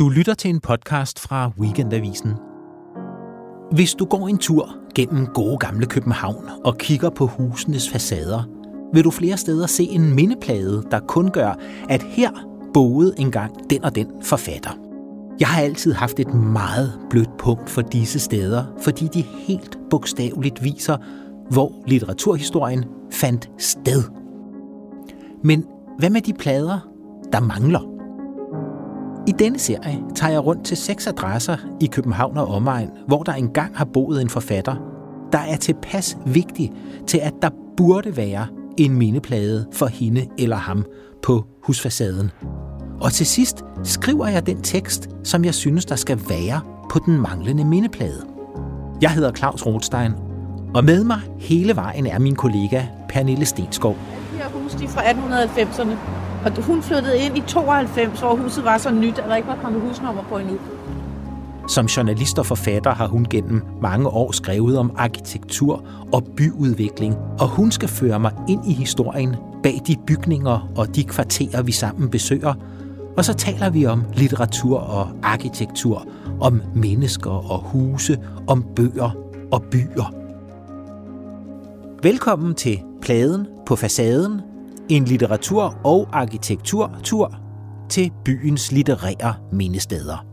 Du lytter til en podcast fra Weekendavisen. Hvis du går en tur gennem gode gamle København og kigger på husenes facader, vil du flere steder se en mindeplade, der kun gør, at her boede engang den og den forfatter. Jeg har altid haft et meget blødt punkt for disse steder, fordi de helt bogstaveligt viser, hvor litteraturhistorien fandt sted. Men hvad med de plader, der mangler? I denne serie tager jeg rundt til 6 adresser i København og omegn, hvor der engang har boet en forfatter, der er tilpas vigtig til, at der burde være en mindeplade for hende eller ham på husfacaden. Og til sidst skriver jeg den tekst, som jeg synes, der skal være på den manglende mindeplade. Jeg hedder Claus Rothstein, og med mig hele vejen er min kollega Pernille Stensgaard. De her huse, de er fra 1890'erne, og hun flyttede ind i 92, hvor huset var så nyt, at der ikke var kommet husnummer på endnu. Som journalist og forfatter har hun gennem mange år skrevet om arkitektur og byudvikling, og hun skal føre mig ind i historien bag de bygninger og de kvarterer, vi sammen besøger. Og så taler vi om litteratur og arkitektur, om mennesker og huse, om bøger og byer. Velkommen til Pladen på facaden, en litteratur- og arkitekturtur til byens litterære mindesteder.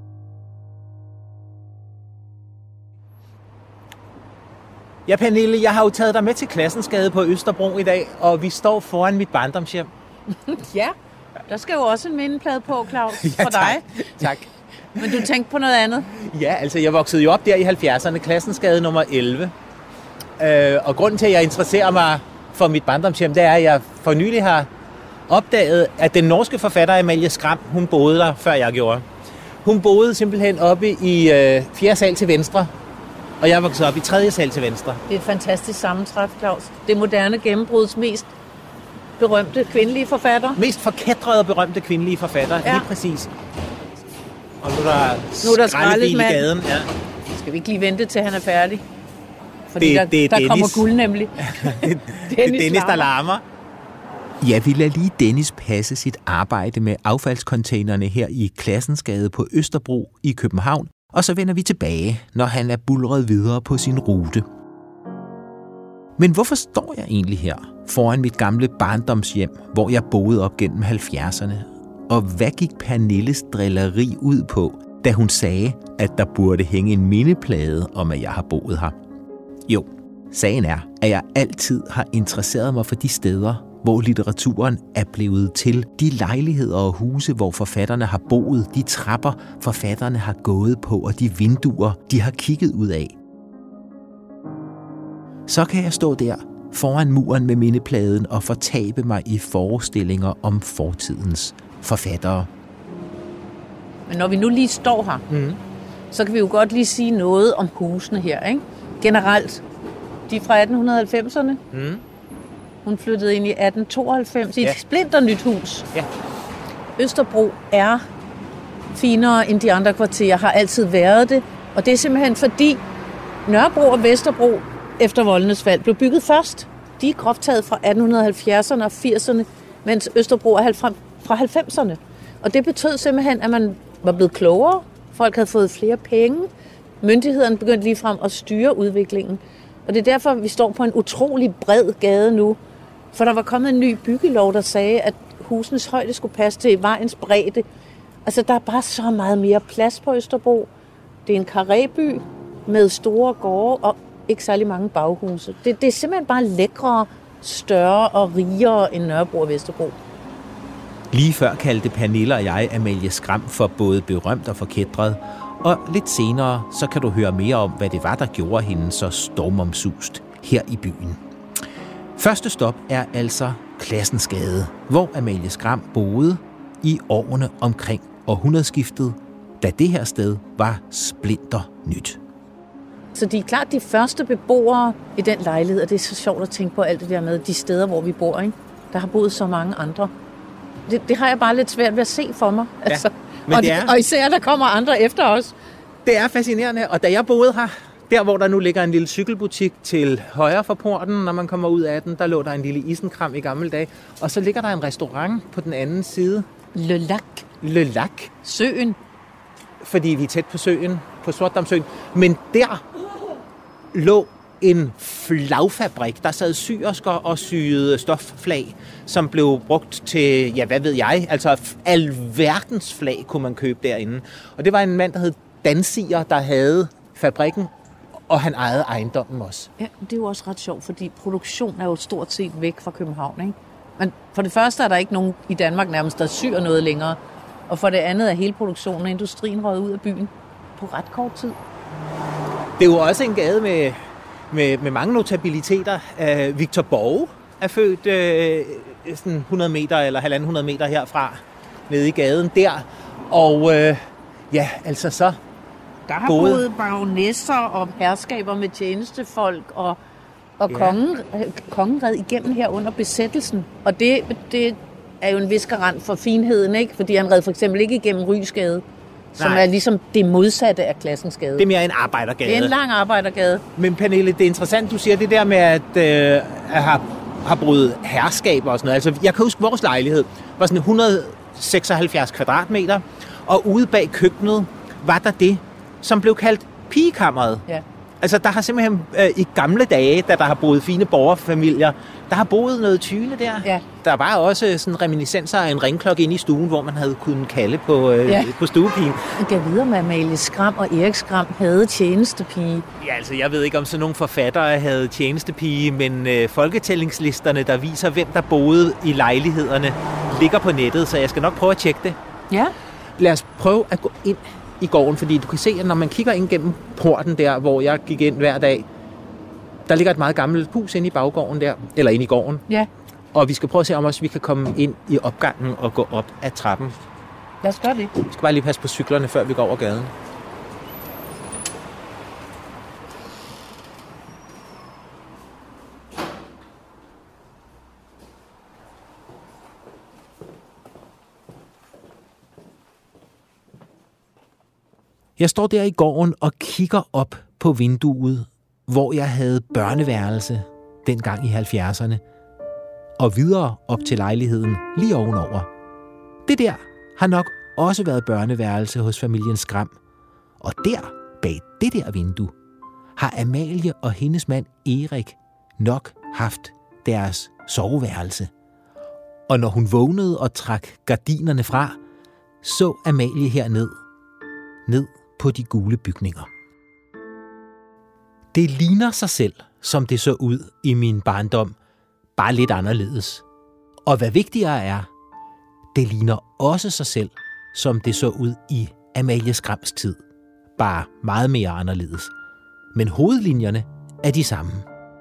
Ja, Pernille, jeg har jo taget dig med til Classensgade på Østerbro i dag, og vi står foran mit barndomshjem. Ja, der skal jo også en mindeplade på, Claus, Ja, for dig. Tak. Men du tænkte på noget andet? Ja, altså jeg voksede jo op der i 70'erne, Classensgade nummer 11. Og grunden til, at jeg interesserer mig for mit barndomshjem, det er, at jeg for nylig har opdaget, at den norske forfatter Amalie Skram, hun boede der, før jeg gjorde. Hun boede simpelthen oppe i 4. sal til venstre, og jeg voksede op i 3. sal til venstre. Det er et fantastisk sammentræf, Claus. Det moderne gennembruds mest berømte kvindelige forfatter. Mest forkætrede og berømte kvindelige forfatter, ja. Lige præcis. Og nu er der skraldefil i gaden. Ja. Skal vi ikke lige vente, til han er færdig? Fordi der kommer guld nemlig. Det er Dennis, der larmer. Ja, vi lader lige Dennis passe sit arbejde med affaldscontainerne her i Classensgade på Østerbro i København, og så vender vi tilbage, når han er buldret videre på sin rute. Men hvorfor står jeg egentlig her foran mit gamle barndomshjem, hvor jeg boede op gennem 70'erne? Og hvad gik Pernilles drilleri ud på, da hun sagde, at der burde hænge en mindeplade om, at jeg har boet her? Jo, sagen er, at jeg altid har interesseret mig for de steder, hvor litteraturen er blevet til. De lejligheder og huse, hvor forfatterne har boet, de trapper, forfatterne har gået på, og de vinduer, de har kigget ud af. Så kan jeg stå der foran muren med mindepladen og fortabe mig i forestillinger om fortidens forfattere. Men når vi nu lige står her, så kan vi jo godt lige sige noget om husene her, ikke? Generelt, de er fra 1890'erne. Hun flyttede ind i 1892 i et splinternyt hus. Ja. Østerbro er finere end de andre kvarterer, har altid været det. Og det er simpelthen fordi Nørrebro og Vesterbro efter voldenes fald blev bygget først. De er groft taget fra 1870'erne og 80'erne, mens Østerbro er fra 90'erne. Og det betød simpelthen, at man var blevet klogere. Folk havde fået flere penge. Myndighederne begyndte ligefrem at styre udviklingen. Og det er derfor, vi står på en utrolig bred gade nu. For der var kommet en ny byggelov, der sagde, at husenes højde skulle passe til vejens bredde. Altså, der er bare så meget mere plads på Østerbro. Det er en karréby med store gårde og ikke særlig mange baghuse. Det er simpelthen bare lækrere, større og rigere end Nørrebro og Vesterbro. Lige før kaldte Pernille og jeg Amalie Skram for både berømt og forkætret, og lidt senere så kan du høre mere om, hvad det var, der gjorde hende så stormomsust her i byen. Første stop er altså Classensgade, hvor Amalie Skram boede i årene omkring århundredeskiftet, da det her sted var splinter nyt. Så de er klart de første beboere i den lejlighed, og det er så sjovt at tænke på alt det der med de steder, hvor vi bor, ikke? Der har boet så mange andre. Det har jeg bare lidt svært ved at se for mig. Ja, altså. og især, der kommer andre efter os. Det er fascinerende, og da jeg boede her, der hvor der nu ligger en lille cykelbutik til højre for porten, når man kommer ud af den, der lå der en lille isenkram i gamle dage, og så ligger der en restaurant på den anden side. Le Lac. Le Lac. Søen. fordi vi er tæt på søen, på Sortedamsøen. Men der lå en flagfabrik. Der sad syersker og syede stofflag, som blev brugt til, ja, hvad ved jeg, altså alverdens flag kunne man købe derinde. Og det var en mand, der hed Dansiger, der havde fabrikken, og han ejede ejendommen også. Ja, det er jo også ret sjovt, fordi produktion er jo stort set væk fra København, ikke? Men for det første er der ikke nogen i Danmark nærmest, der syr noget længere. Og for det andet er hele produktionen og industrien røget ud af byen på ret kort tid. Det er jo også en gade med mange notabiliteter. Victor Borge er født sådan 100 meter eller 150 meter herfra, nede i gaden der. Og ja, altså så... Der har boet baronesser og herskaber med tjenestefolk, og kongen red igennem her under besættelsen. Og det er jo en vis garant for finheden, ikke? Fordi han red for eksempel ikke igennem Ryesgade, som er ligesom det modsatte af Classensgade. Det er mere en arbejdergade. Det er en lang arbejdergade. Men Pernille, det er interessant, du siger det der med at have brudt herskaber og sådan noget. Altså, jeg kan huske, vores lejlighed var sådan 176 kvadratmeter, og ude bag køkkenet var der det, som blev kaldt pigekammeret. Ja. Altså, der har simpelthen i gamle dage, da der har boet fine borgerfamilier, der har boet noget tyne der. Ja. Der var også sådan reminiscenser af en ringklokke inde i stuen, hvor man havde kunnet kalde på stuepigen. Jeg kan vide, om Amalie Skram og Erik Skram havde tjenestepige. Ja, altså, jeg ved ikke, om sådan nogle forfattere havde tjenestepige, men folketællingslisterne, der viser, hvem der boede i lejlighederne, ligger på nettet, så jeg skal nok prøve at tjekke det. Ja. Lad os prøve at gå ind i gården, fordi du kan se, at når man kigger ind gennem porten der, hvor jeg gik ind hver dag, der ligger et meget gammelt hus inde i baggården der, eller inde i gården. Ja. Og vi skal prøve at se, om også vi kan komme ind i opgangen og gå op ad trappen. Lad os gøre det. Vi skal bare lige passe på cyklerne, før vi går over gaden. Jeg står der i gården og kigger op på vinduet, hvor jeg havde børneværelse dengang i 70'erne, og videre op til lejligheden lige ovenover. Det der har nok også været børneværelse hos familien Skram, og der, bag det der vindue, har Amalie og hendes mand Erik nok haft deres soveværelse. Og når hun vågnede og trak gardinerne fra, så Amalie herned, ned på de gule bygninger. Det ligner sig selv, som det så ud i min barndom, bare lidt anderledes. Og hvad vigtigere er, det ligner også sig selv, som det så ud i Amalie Skrams tid, bare meget mere anderledes. Men hovedlinjerne er de samme.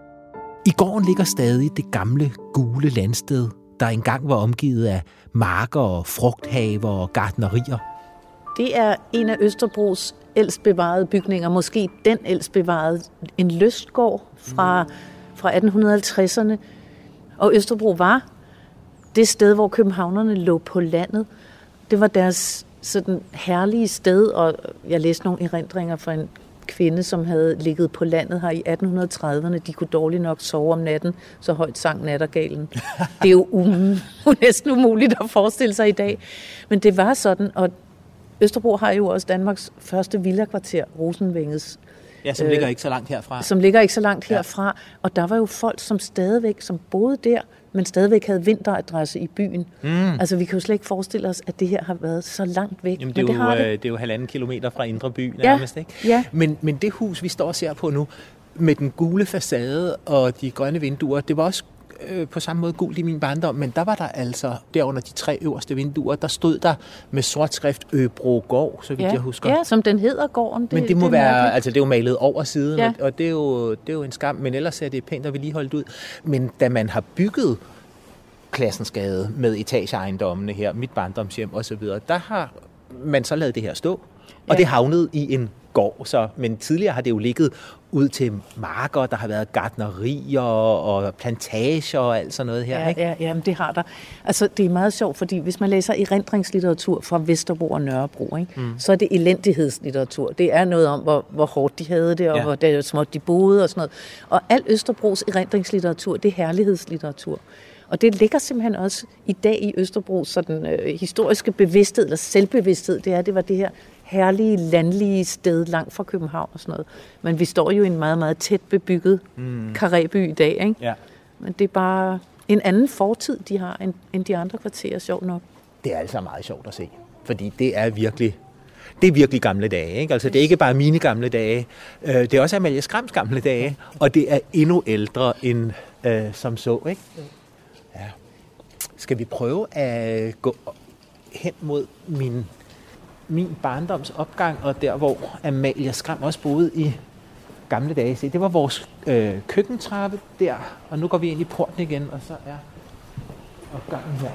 I gården ligger stadig det gamle gule landsted, der engang var omgivet af marker og frugthaver og gartnerier. Det er en af Østerbros ældst bevarede bygninger, måske den ældst bevarede, en lystgård fra 1850'erne. Og Østerbro var det sted, hvor københavnerne lå på landet. Det var deres sådan herlige sted, og jeg læste nogle erindringer fra en kvinde, som havde ligget på landet her i 1830'erne. De kunne dårligt nok sove om natten, så højt sang nattergalen. Det er jo næsten umuligt at forestille sig i dag. Men det var sådan, og Østerbro har jo også Danmarks første villakvarter, Rosenvænges. Ja, som ligger ikke så langt herfra. Som ligger ikke så langt herfra. Og der var jo folk, som boede der, men stadigvæk havde vinteradresse i byen. Altså, vi kan jo slet ikke forestille os, at det her har været så langt væk. Jamen, det er jo 1,5 kilometer fra Indre By nærmest, ikke? Ja. Men det hus, vi står og ser på nu, med den gule facade og de grønne vinduer, det var også på samme måde gult i min barndom, men der var der altså, derunder de 3 øverste vinduer, der stod der med sort skrift Øbrogård, så vidt jeg husker. Ja, som den hedder gården. Men det må være, altså det er jo malet over siden, og det er jo en skam, men ellers er det pænt at vedligeholdt ud. Men da man har bygget Classensgade med etageejendommene her, mit barndomshjem og så videre, der har man så lavet det her stå, og det havnede i en gård, men tidligere har det jo ligget ud til marker, der har været gartnerier og plantager og alt sådan noget her, ikke? Ja, men det har der. Altså, det er meget sjovt, fordi hvis man læser erindringslitteratur fra Vesterbro og Nørrebro, ikke, så er det elendighedslitteratur. Det er noget om, hvor hårdt de havde det, og hvor småt de boede og sådan noget. Og al Østerbros erindringslitteratur, det er herlighedslitteratur. Og det ligger simpelthen også i dag i Østerbros sådan historiske bevidsthed, eller selvbevidsthed, det var det her herlige, landlige sted langt fra København og sådan noget. Men vi står jo i en meget, meget tæt bebygget karréby i dag, ikke? Ja. Men det er bare en anden fortid, de har, end de andre kvarterer, sjovt nok. Det er altså meget sjovt at se, fordi det er virkelig gamle dage, ikke? Altså, det er ikke bare mine gamle dage, det er også Amalie Skrams gamle dage, og det er endnu ældre end som så, ikke? Ja. Skal vi prøve at gå hen mod min barndoms opgang, og der, hvor Amalie Skram også boede i gamle dage. Se, det var vores køkkentrappe der, og nu går vi ind i porten igen, og så er opgangen her.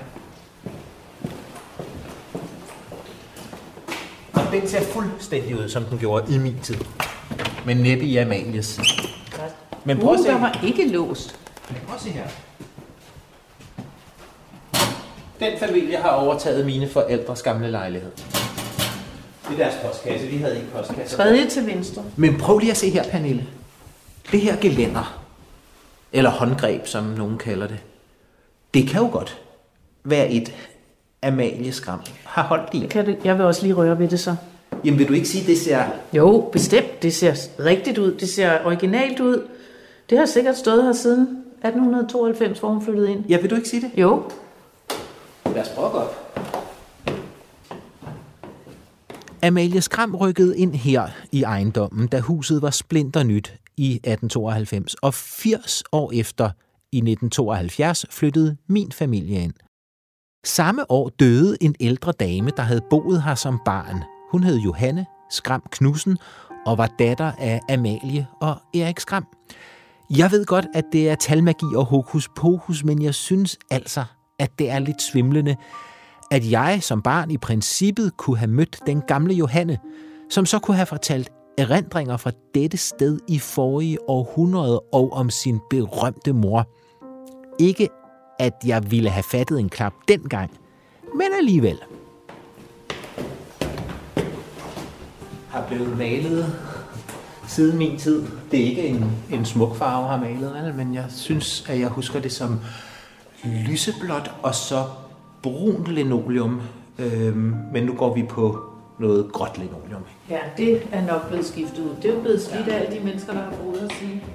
Og den ser fuldstændig ud, som den gjorde i min tid. Men næppe i Amalies. Men prøv at se. Der var ikke låst. Men prøv at se her. Den familie har overtaget mine forældres gamle lejlighed. Det er deres postkasse. Vi havde ikke postkasse. Tredje til venstre. Men prøv lige at se her, Pernille. Det her gelænder, eller håndgreb, som nogen kalder det, det kan jo godt være et Amalie Skram har holdt i. Jeg vil også lige røre ved det så. Jamen vil du ikke sige, det ser... Jo, bestemt. Det ser rigtigt ud. Det ser originalt ud. Det har sikkert stået her siden 1892, hvor hun flyttede ind. Ja, vil du ikke sige det? Jo. Lad os prøve op. Amalie Skram rykkede ind her i ejendommen, da huset var splinternyt i 1892, og 80 år efter, i 1972, flyttede min familie ind. Samme år døde en ældre dame, der havde boet her som barn. Hun hed Johanne Skram Knudsen og var datter af Amalie og Erik Skram. Jeg ved godt, at det er talmagi og hokus pokus, men jeg synes altså, at det er lidt svimlende, at jeg som barn i princippet kunne have mødt den gamle Johanne, som så kunne have fortalt erindringer fra dette sted i forrige århundrede og om sin berømte mor. Ikke at jeg ville have fattet en klap dengang, men alligevel. Har blevet malet siden min tid. Det er ikke en smuk farve, har malet, men jeg synes, at jeg husker det som lyseblåt og så brunt linoleum. Men nu går vi på noget gråt linoleum. Ja, det er nok blevet skiftet ud. Det er jo blevet slidt af alle de mennesker, der har boet at sige.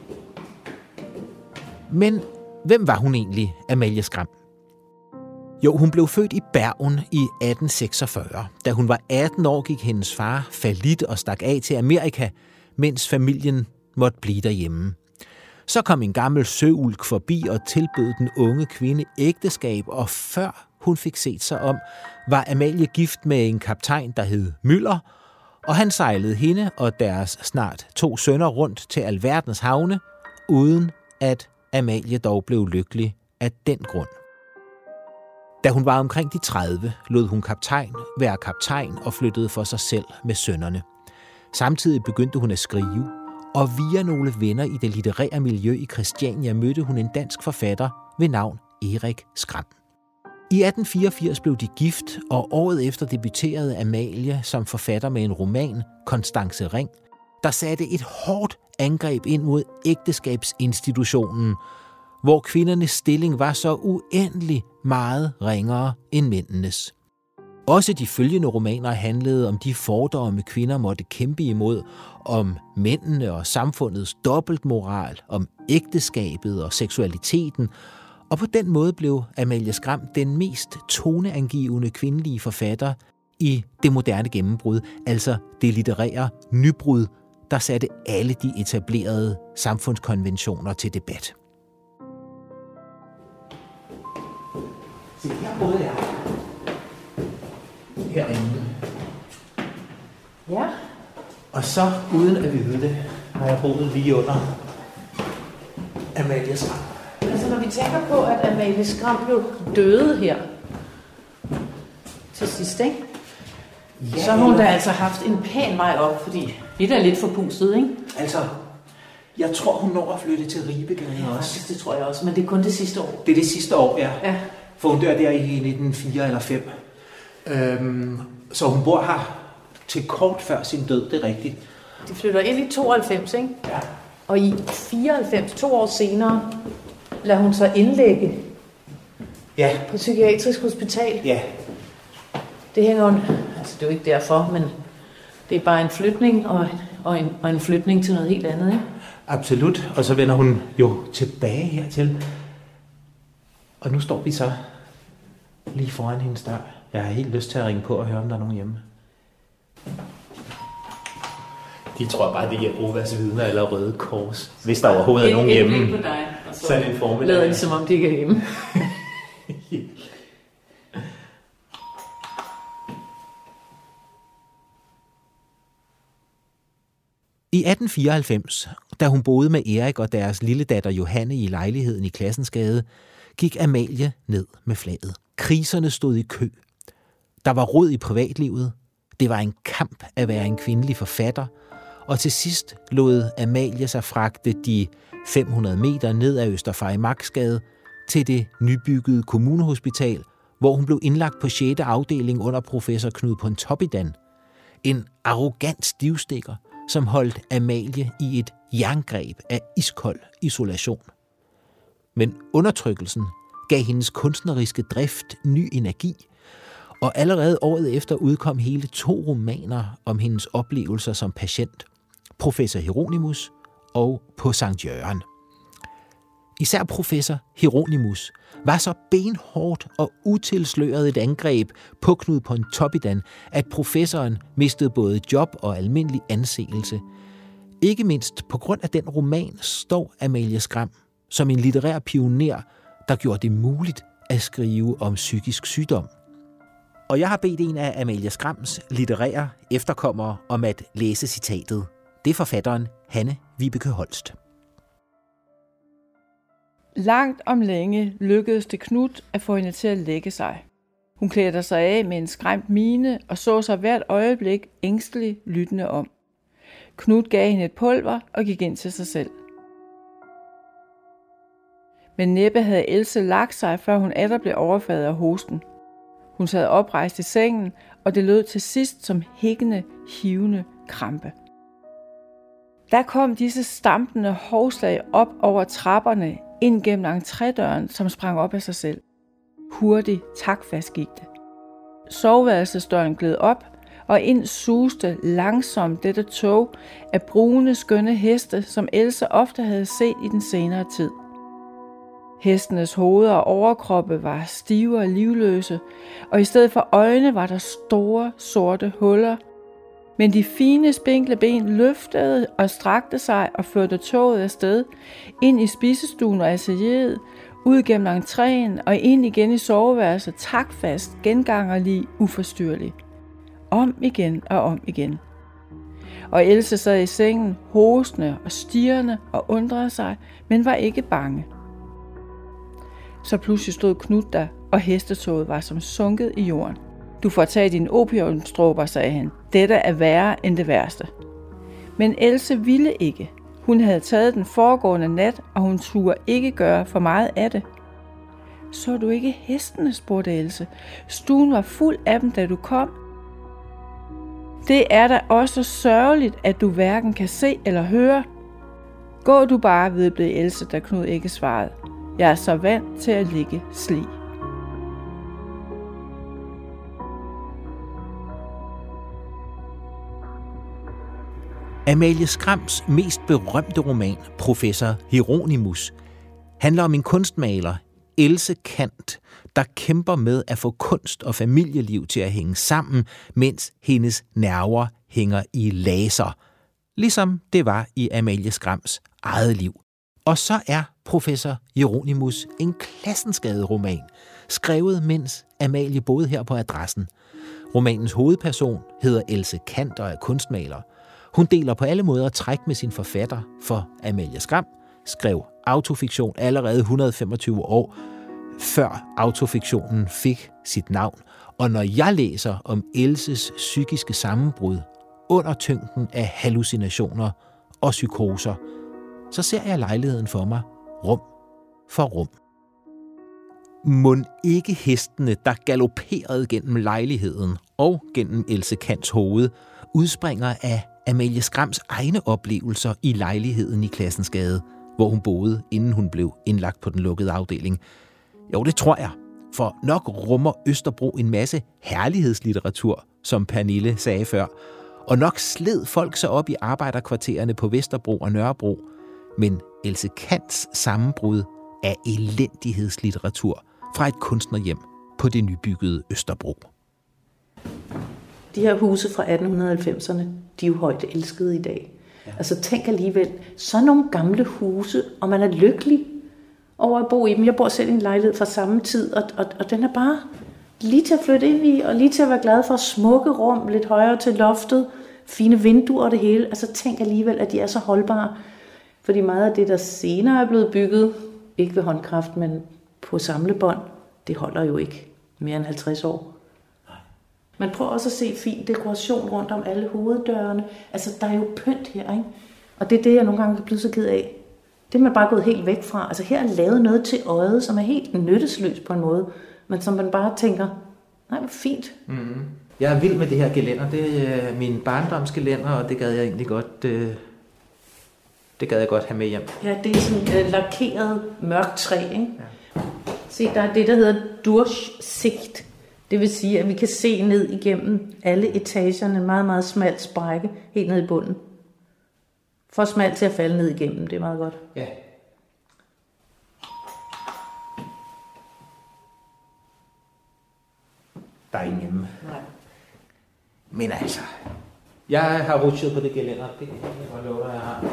Men hvem var hun egentlig, Amalie Skram? Jo, hun blev født i Bergen i 1846. Da hun var 18 år, gik hendes far fallit og stak af til Amerika, mens familien måtte blive derhjemme. Så kom en gammel søulk forbi og tilbød den unge kvinde ægteskab, og før hun fik set sig om, var Amalie gift med en kaptajn, der hed Møller, og han sejlede hende og deres snart 2 sønner rundt til alverdens havne, uden at Amalie dog blev lykkelig af den grund. Da hun var omkring de 30, lod hun kaptajn være kaptajn og flyttede for sig selv med sønnerne. Samtidig begyndte hun at skrive, og via nogle venner i det litterære miljø i Christiania mødte hun en dansk forfatter ved navn Erik Skram. I 1884 blev de gift, og året efter debuterede Amalie som forfatter med en roman, Constance Ring, der satte et hårdt angreb ind mod ægteskabsinstitutionen, hvor kvindernes stilling var så uendelig meget ringere end mændenes. Også de følgende romaner handlede om de fordomme, kvinder måtte kæmpe imod, om mændene og samfundets dobbeltmoral, om ægteskabet og seksualiteten, og på den måde blev Amalie Skram den mest toneangivende kvindelige forfatter i det moderne gennembrud, altså det litterære nybrud, der satte alle de etablerede samfundskonventioner til debat. Se, her boede jeg. Herinde. Ja. Og så, uden at vide det, har jeg boet lige under Amalie Skram. Altså, når vi tænker på, at Amalie Skram blev døde her til sidst, ikke? Ja, så har hun da altså haft en pæn vej op, fordi vi er da lidt forpustet, ikke? Altså, jeg tror, hun når at flytte til Ribegade også. Det tror jeg også, men det er kun det sidste år. Det er det sidste år, ja. Ja. For hun dør der i 1904 eller 5. Så hun bor her til kort før sin død, det er rigtigt. De flytter ind i 92, ikke? Ja. Og i 94, 2 år senere, lader hun så indlægge Ja. på psykiatrisk hospital. Ja. Det hænger hun, altså det er jo ikke derfor, men Det er bare en flytning og en flytning til noget helt andet, ikke? Absolut, og så vender hun jo tilbage hertil. Og nu står vi så lige foran hendes dør. Jeg har helt lyst til at ringe på og høre, om der er nogen hjemme. De tror bare, det er Jehovas vidner eller Røde Kors. Hvis der overhovedet er nogen hjemme. På dig, og så sådan en formiddag. lader de, som om de ikke er hjemme. I 1894, da hun boede med Erik og deres lille datter Johanne i lejligheden i Classensgade, gik Amalie ned med flaget. Kriserne stod i kø. Der var rod i privatlivet. Det var en kamp at være en kvindelig forfatter. Og til sidst lod Amalie sig fragte de 500 meter ned ad Øster Farimagsgade til det nybyggede kommunehospital, hvor hun blev indlagt på 6. afdeling under professor Knud Pontoppidan. En arrogant stivstikker, som holdt Amalie i et jerngreb af iskold isolation. Men undertrykkelsen gav hendes kunstneriske drift ny energi, og allerede året efter udkom hele 2 romaner om hendes oplevelser som patient, Professor Hieronymus og På Sankt Jørgen. Især professor Hieronymus var så benhårdt og utilsløret et angreb på Knud Pontoppidan, at professoren mistede både job og almindelig anseelse. Ikke mindst på grund af den roman står Amalie Skram som en litterær pioner, der gjorde det muligt at skrive om psykisk sygdom. Og jeg har bedt en af Amalie Skrams litterære efterkommere om at læse citatet. Det er forfatteren Hanne Vibeke Holst. Langt om længe lykkedes det Knud at få hende til at lægge sig. Hun klædte sig af med en skræmt mine og så sig hvert øjeblik ængstelig lyttende om. Knud gav hende et pulver og gik ind til sig selv. Men næppe havde Else lagt sig, før hun atter blev overfaldet af hosten. Hun sad oprejst i sengen, og det lød til sidst som hækkende, hivende krampe. Der kom disse stampende hovslag op over trapperne ind gennem entrédøren, som sprang op af sig selv. Hurtigt, takfast gik det. Soveværelsesdøren gled op, og ind suste langsomt dette tog af brune, skønne heste, som Else ofte havde set i den senere tid. Hestenes hoveder og overkroppe var stive og livløse, og i stedet for øjne var der store, sorte huller. Men de fine, spinkle ben løftede og strakte sig og førte toget afsted, ind i spisestuen og atelieret, ud gennem entréen og ind igen i soveværelset, takfast, gengangerlig, uforstyrrelig. Om igen og om igen. Og Else sad i sengen, hostende og stirrende og undrede sig, men var ikke bange. Så pludselig stod Knud der, og hestetoget var som sunket i jorden. Du får taget dine opiumsdråber, sagde han. Dette er værre end det værste. Men Else ville ikke. Hun havde taget den foregående nat, og hun turde ikke gøre for meget af det. Så du ikke hestene, spurgte Else. Stuen var fuld af dem, da du kom. Det er da også sørgeligt, at du hverken kan se eller høre. Gå du bare, vedblev Else, da Knud ikke svarede. Jeg er så vant til at ligge slig. Amalie Skrams mest berømte roman, Professor Hieronymus, handler om en kunstmaler, Else Kant, der kæmper med at få kunst og familieliv til at hænge sammen, mens hendes nerver hænger i laser, ligesom det var i Amalie Skrams eget liv. Og så er Professor Hieronymus en Classensgade-roman, skrevet mens Amalie boede her på adressen. Romanens hovedperson hedder Else Kant og er kunstmaler. Hun deler på alle måder træk med sin forfatter, for Amalie Skram skrev autofiktion allerede 125 år, før autofiktionen fik sit navn. Og når jeg læser om Elses psykiske sammenbrud under tyngden af hallucinationer og psykoser, så ser jeg lejligheden for mig, rum for rum. Mon ikke hestene, der galopperede gennem lejligheden og gennem Else Kants hoved, udspringer af Amalie Skrams egne oplevelser i lejligheden i Classensgade, hvor hun boede, inden hun blev indlagt på den lukkede afdeling. Jo, det tror jeg, for nok rummer Østerbro en masse herlighedslitteratur, som Pernille sagde før, Og nok sled folk sig op i arbejderkvartererne på Vesterbro og Nørrebro, men Else Kants sammenbrud er elendighedslitteratur fra et kunstnerhjem på det nybyggede Østerbro. De her huse fra 1890'erne, de er jo højt elskede i dag. Ja. Altså tænk alligevel, så nogle gamle huse, og man er lykkelig over at bo i dem. Jeg bor selv i en lejlighed fra samme tid, og den er bare lige til at flytte ind i, og lige til at være glad for smukke rum, lidt højere til loftet, fine vinduer og det hele. Altså tænk alligevel, at de er så holdbare. Fordi meget af det, der senere er blevet bygget, ikke ved håndkraft, men på samlebånd, det holder jo ikke mere end 50 år. Man prøver også at se fin dekoration rundt om alle hoveddørene. Altså, der er jo pynt her, ikke? Og det er det, jeg nogle gange er blevet så ked af. Det er man bare gået helt væk fra. Altså, her er lavet noget til øjet, som er helt nyttesløst på en måde, men som man bare tænker, nej, hvor fint. Mm-hmm. Jeg er vild med det her gelænder. Det er min barndomsgelænder, og det gad jeg egentlig godt... Det gad jeg godt have med hjem. Ja, det er sådan lakeret mørkt træ, ikke? Ja. Se, der er det, der hedder Durchsicht. Det vil sige, at vi kan se ned igennem alle etagerne, en meget, meget smalt sprække, helt ned i bunden. For smalt til at falde ned igennem, det er meget godt. Ja. Der er ingen hjemme. Nej. Men altså, jeg har rutsjet på det gelænder. Det kan jeg godt love dig, jeg har.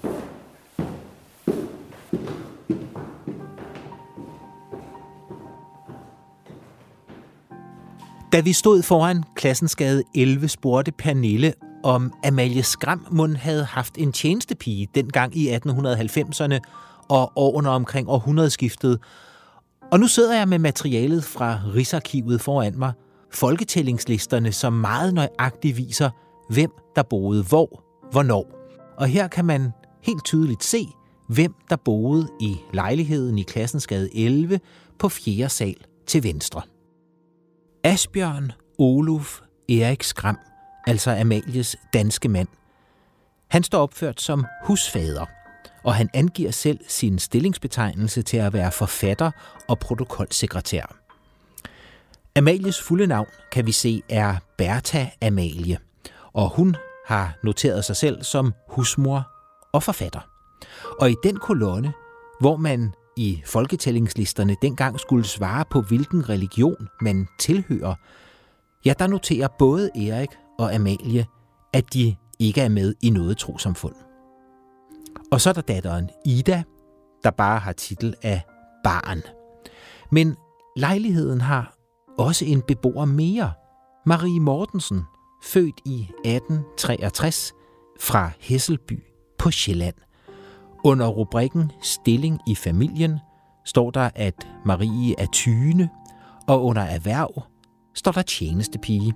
Da vi stod foran Classensgade 11, spurgte Pernille, om Amalie Skram mon havde haft en tjenestepige dengang i 1890'erne og årene omkring århundredeskiftet. Og nu sidder jeg med materialet fra Rigsarkivet foran mig, folketællingslisterne, som meget nøjagtigt viser, hvem der boede hvor, hvornår. Og her kan man helt tydeligt se, hvem der boede i lejligheden i Classensgade 11 på 4. sal til venstre. Asbjørn Oluf Erik Skram, altså Amalies danske mand. Han står opført som husfader, og han angiver selv sin stillingsbetegnelse til at være forfatter og protokolsekretær. Amalies fulde navn, kan vi se, er Bertha Amalie, og hun har noteret sig selv som husmor og forfatter. Og i den kolonne, hvor man i folketællingslisterne dengang skulle svare på, hvilken religion man tilhører, ja, der noterer både Erik og Amalie, at de ikke er med i noget trossamfund. Og så er der datteren Ida, der bare har titel af barn. Men lejligheden har også en beboer mere, Marie Mortensen, født i 1863 fra Hesselby på Sjælland. Under rubrikken Stilling i familien står der, at Marie er tyne, og under erhverv står der tjenestepige.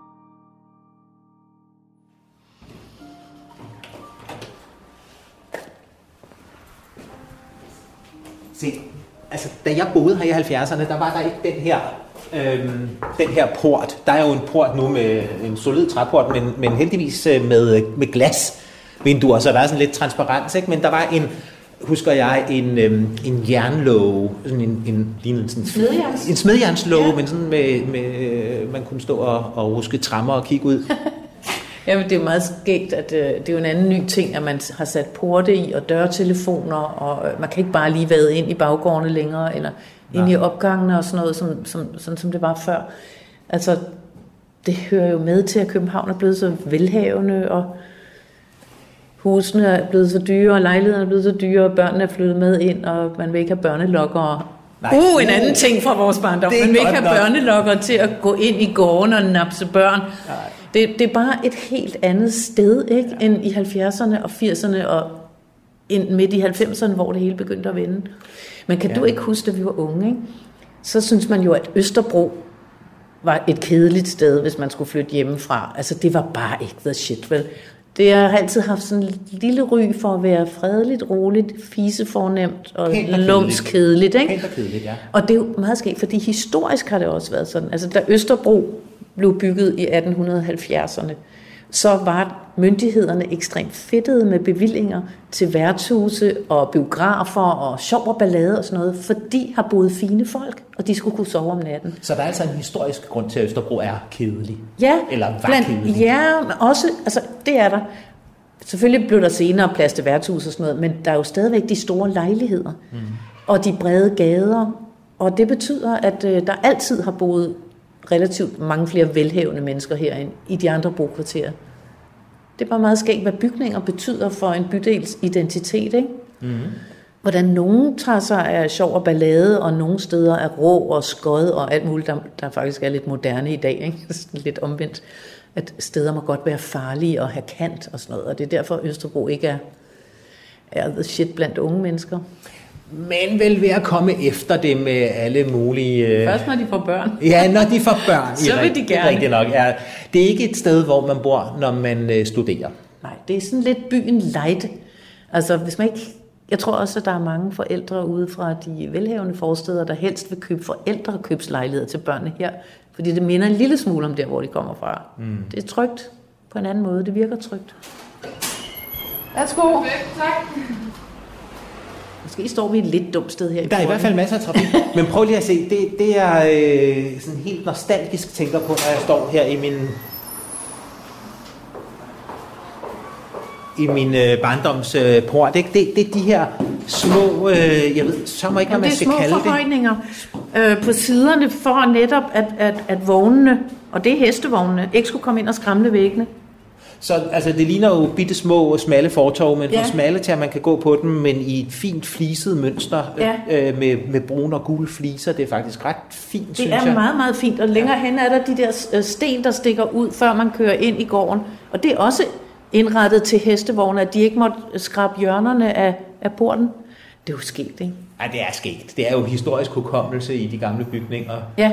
Se, altså da jeg boede her i 70'erne, der var der ikke den her port. Der er jo en port nu med en solid træport, men heldigvis med glasvinduer, så der er sådan lidt transparens, ikke? Men der var husker jeg, en jernlåge, sådan en smedjernslåge, ja. Men sådan med man kunne stå og ruske trammer og kigge ud. Ja, men det er jo meget skægt, at det er jo en anden ny ting, at man har sat porte i og dørtelefoner, og man kan ikke bare lige vade ind i baggårdene længere, eller ind i opgangene og sådan noget, sådan som det var før. Altså, det hører jo med til, at København er blevet så velhavende, og husene er blevet så dyre, og lejlighederne er blevet så dyre, og børnene er flyttet med ind, og man vil ikke have børnelokkere. En anden ting fra vores barndom. Man vil ikke have børnelokkere til at gå ind i gården og napse børn. Det er bare et helt andet sted, ikke, end i 70'erne og 80'erne og midt i 90'erne, hvor det hele begyndte at vende. Men kan du ikke huske, da vi var unge, ikke? Så synes man jo, at Østerbro var et kedeligt sted, hvis man skulle flytte hjemmefra. Altså, det var bare ikke the shit, vel? Det har altid haft sådan en lille ry for at være fredeligt, roligt, fisefornemt og lumskedeligt, ikke? Helt og kedeligt, ja. Og det er jo meget skægt, fordi historisk har det også været sådan. Altså, da Østerbro blev bygget i 1870'erne, så var myndighederne ekstremt fedtede med bevillinger til værtshuse og biografer og sjov og ballade og sådan noget, fordi har boet fine folk, og de skulle kunne sove om natten. Så der er altså en historisk grund til, at Østerbro er kedelig? Ja, eller var kedelig? Ja, også, altså det er der. Selvfølgelig blev der senere plads til værtshus og sådan noget, men der er jo stadigvæk de store lejligheder, og de brede gader, og det betyder, at der altid har boet relativt mange flere velhavende mennesker herinde i de andre brokvarterer. Det er bare meget skægt, hvad bygninger betyder for en bydels identitet, ikke? Hvordan nogen tager sig af sjov og ballade, og nogle steder er rå og skod og alt muligt, der faktisk er lidt moderne i dag, ikke? Lidt omvendt, at steder må godt være farlige og have kant og sådan noget, og det er derfor, Østerbro ikke er the shit blandt unge mennesker. Men vel ved at komme efter det med alle mulige... Først når de får børn. Ja, når de får børn. Så vil de gerne. Rigtig nok. Ja, det er ikke et sted, hvor man bor, når man studerer. Nej, det er sådan lidt byen light. Altså, hvis man ikke... Jeg tror også, at der er mange forældre ude fra de velhavende forsteder, der helst vil købe forældrekøbslejligheder til børnene her, fordi det minder en lille smule om der, hvor de kommer fra. Det er trygt på en anden måde. Det virker trygt. Værsgo. Tak. Måske står vi et lidt dumt sted her. Der er i hvert fald masser af trafik. Men prøv lige at se, det er sådan helt nostalgisk tænker på, når jeg står her i min barndomsport. Det er de her små, jeg ved så må ikke, hvad man skal kalde det. Det er små forhøjninger på siderne for netop, at vognene, og det er hestevognene, ikke skulle komme ind og skramle væggene. Så altså, det ligner jo bitte små og smalle fortov, men for smalle til, at man kan gå på dem, men i et fint fliset mønster med brune og gule fliser. Det er faktisk ret fint, synes jeg. Det er meget, meget fint, og længere hen er der de der sten, der stikker ud, før man kører ind i gården. Og det er også indrettet til hestevogne, at de ikke måtte skrabe hjørnerne af porten. Det er jo skægt, ikke? Ja, det er skægt. Det er jo historisk hukommelse i de gamle bygninger. Ja.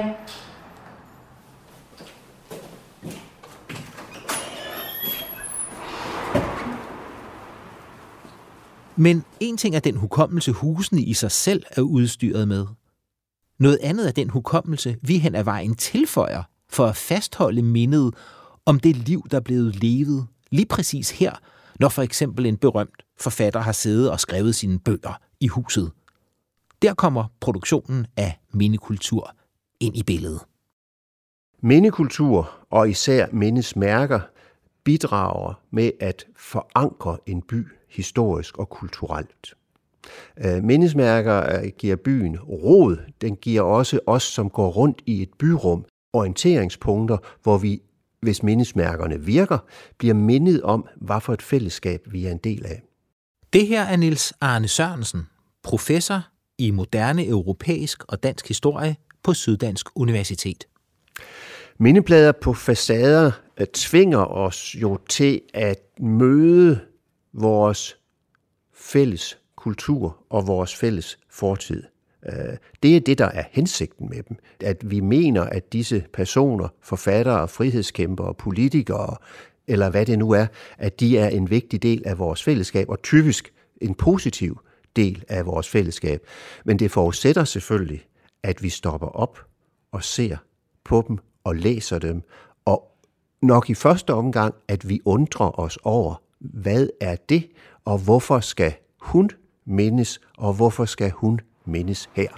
Men en ting er den hukommelse, husene i sig selv er udstyret med. Noget andet er den hukommelse, vi hen ad vejen tilføjer for at fastholde mindet om det liv, der er blevet levet lige præcis her, når for eksempel en berømt forfatter har siddet og skrevet sine bøger i huset. Der kommer produktionen af mindekultur ind i billedet. Mindekultur og især mindesmærker bidrager med at forankre en by historisk og kulturelt. Mindesmærker giver byen rod. Den giver også os, som går rundt i et byrum, orienteringspunkter, hvor vi, hvis mindesmærkerne virker, bliver mindet om, hvad for et fællesskab vi er en del af. Det her er Niels Arne Sørensen, professor i moderne europæisk og dansk historie på Syddansk Universitet. Mindeplader på facader tvinger os jo til at møde vores fælles kultur og vores fælles fortid. Det er det, der er hensigten med dem. At vi mener, at disse personer, forfattere, frihedskæmpere, politikere, eller hvad det nu er, at de er en vigtig del af vores fællesskab, og typisk en positiv del af vores fællesskab. Men det forudsætter selvfølgelig, at vi stopper op og ser på dem og læser dem, og nok i første omgang, at vi undrer os over, hvad er det, og hvorfor skal hun mindes, og hvorfor skal hun mindes her?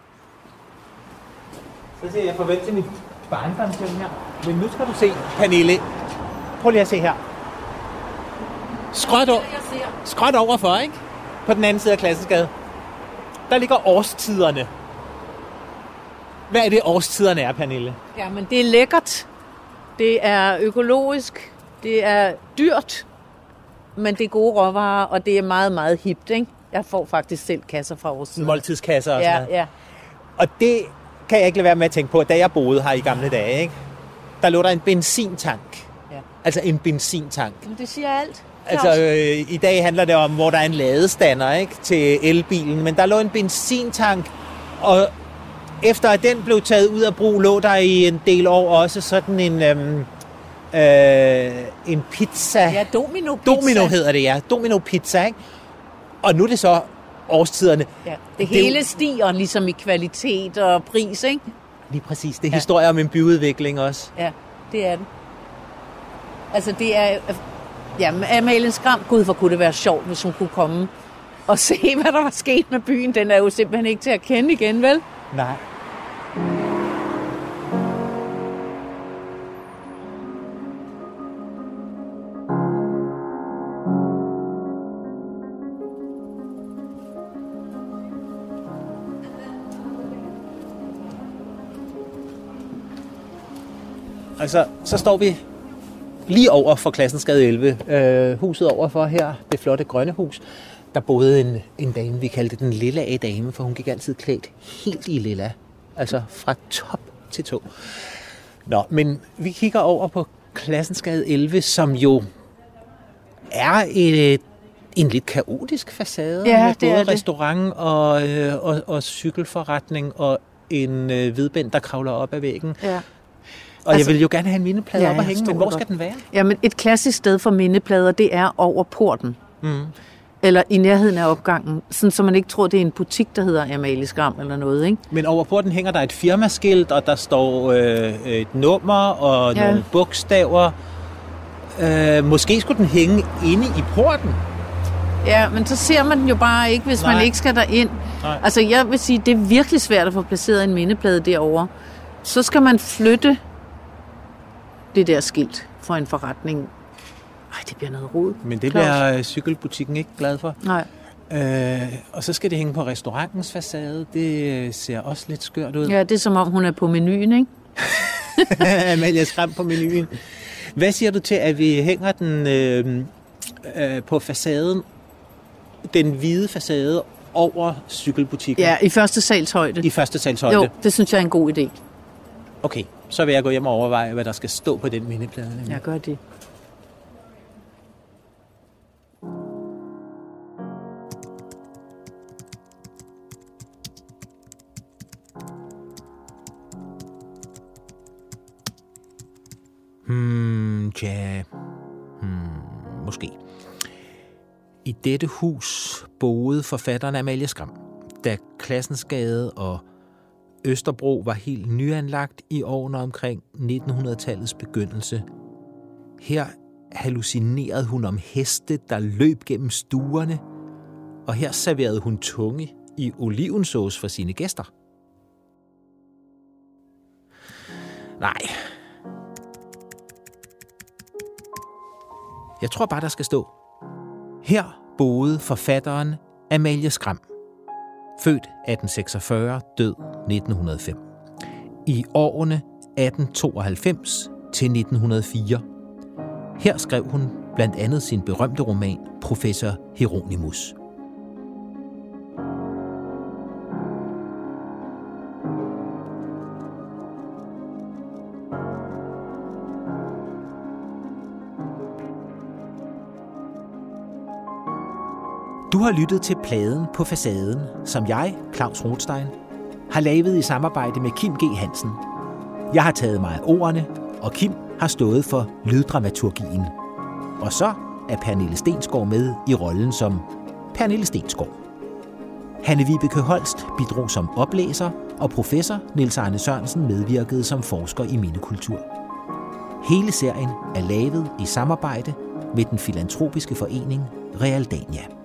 Så siger jeg farvel til mit barndomshjem her. Men nu skal du se, Pernille. Prøv lige at se her. Skråt overfor, ikke? På den anden side af Klassensgade. Der ligger årstiderne. Hvad er det, årstiderne er, Pernille? Jamen, det er lækkert. Det er økologisk. Det er dyrt. Men det er gode råvarer, og det er meget, meget hipt, ikke? Jeg får faktisk selv kasser fra årstiderne. Måltidskasser og sådan noget. Ja. Og det kan jeg ikke lade være med at tænke på, da jeg boede her i gamle dage, ikke? Der lå der en benzintank. Ja. Altså en benzintank. Men det siger alt. Altså i dag handler det om, hvor der er en ladestander, ikke, til elbilen, men der lå en benzintank, og efter at den blev taget ud af brug, lå der i en del år også sådan en pizza. Ja, Domino pizza. Domino hedder det, ja. Domino pizza, ikke? Og nu er det så årstiderne. Ja, det hele stiger ligesom i kvalitet og pris, ikke? Lige præcis. Det er historier om en byudvikling også. Ja, det er det. Altså det er Ja, men Amalie Skram, gud, hvor kunne det være sjovt, hvis hun kunne komme og se, hvad der var sket med byen. Den er jo simpelthen ikke til at kende igen, vel? Nej. Altså, så står vi lige over for Classensgade 11. Huset overfor her, det flotte grønne hus. Der boede en dame, vi kaldte den lille A-dame, for hun gik altid klædt helt i lilla. Altså fra top til tå. Nå, men vi kigger over på Classensgade 11, som jo er en lidt kaotisk facade. Ja, med det er både det. restaurant og cykelforretning og en hvidbænd, der kravler op ad væggen. Ja. Og jeg vil jo gerne have en mindeplade op jeg at hænge, men forstår hvor det skal godt. den være? Jamen, et klassisk sted for mindeplader, det er over porten. Eller i nærheden af opgangen, sådan, så man ikke tror, det er en butik, der hedder Amalie Skram eller noget, ikke? Men over porten hænger der et firmaskilt, og der står et nummer og nogle bogstaver. Måske skulle den hænge inde i porten. Ja, men så ser man den jo bare ikke, hvis man ikke skal derind. Nej. Altså, jeg vil sige, det er virkelig svært at få placeret en mindeplade derovre. Så skal man flytte det der skilt for en forretning. Ej, det bliver noget rod. Men det Claus. bliver cykelbutikken ikke glad for. Nej. Og så skal det hænge på restaurantens facade. Det ser også lidt skørt ud. Ja, det er som om, hun er på menuen, ikke? Amalie Skram på menuen. Hvad siger du til, at vi hænger den på facaden, den hvide facade, over cykelbutikken? Ja, i første sals højde. I første sals højde? Jo, det synes jeg er en god idé. Okay, så vil jeg gå hjem og overveje, hvad der skal stå på den mindeplade. Jeg gør det. Måske. I dette hus boede forfatteren Amalie Skram, da Classensgade og Østerbro var helt nyanlagt i årene omkring 1900-tallets begyndelse. Her hallucinerede hun om heste, der løb gennem stuerne, og her serverede hun tunge i olivensauce for sine gæster. Nej. Jeg tror bare, der skal stå: her boede forfatteren Amalie Skram. Født 1846, død 1905. I årene 1892 til 1904. Her skrev hun blandt andet sin berømte roman Professor Hieronymus. Du har lyttet til Pladen på facaden, som jeg, Claus Rothstein, har lavet i samarbejde med Kim G. Hansen. Jeg har taget mig af ordene, og Kim har stået for lyddramaturgien. Og så er Pernille Stensgaard med i rollen som Pernille Stensgaard. Hanne-Vibeke Holst bidrog som oplæser, og professor Niels Arne Sørensen medvirkede som forsker i mindekultur. Hele serien er lavet i samarbejde med den filantropiske forening Realdania.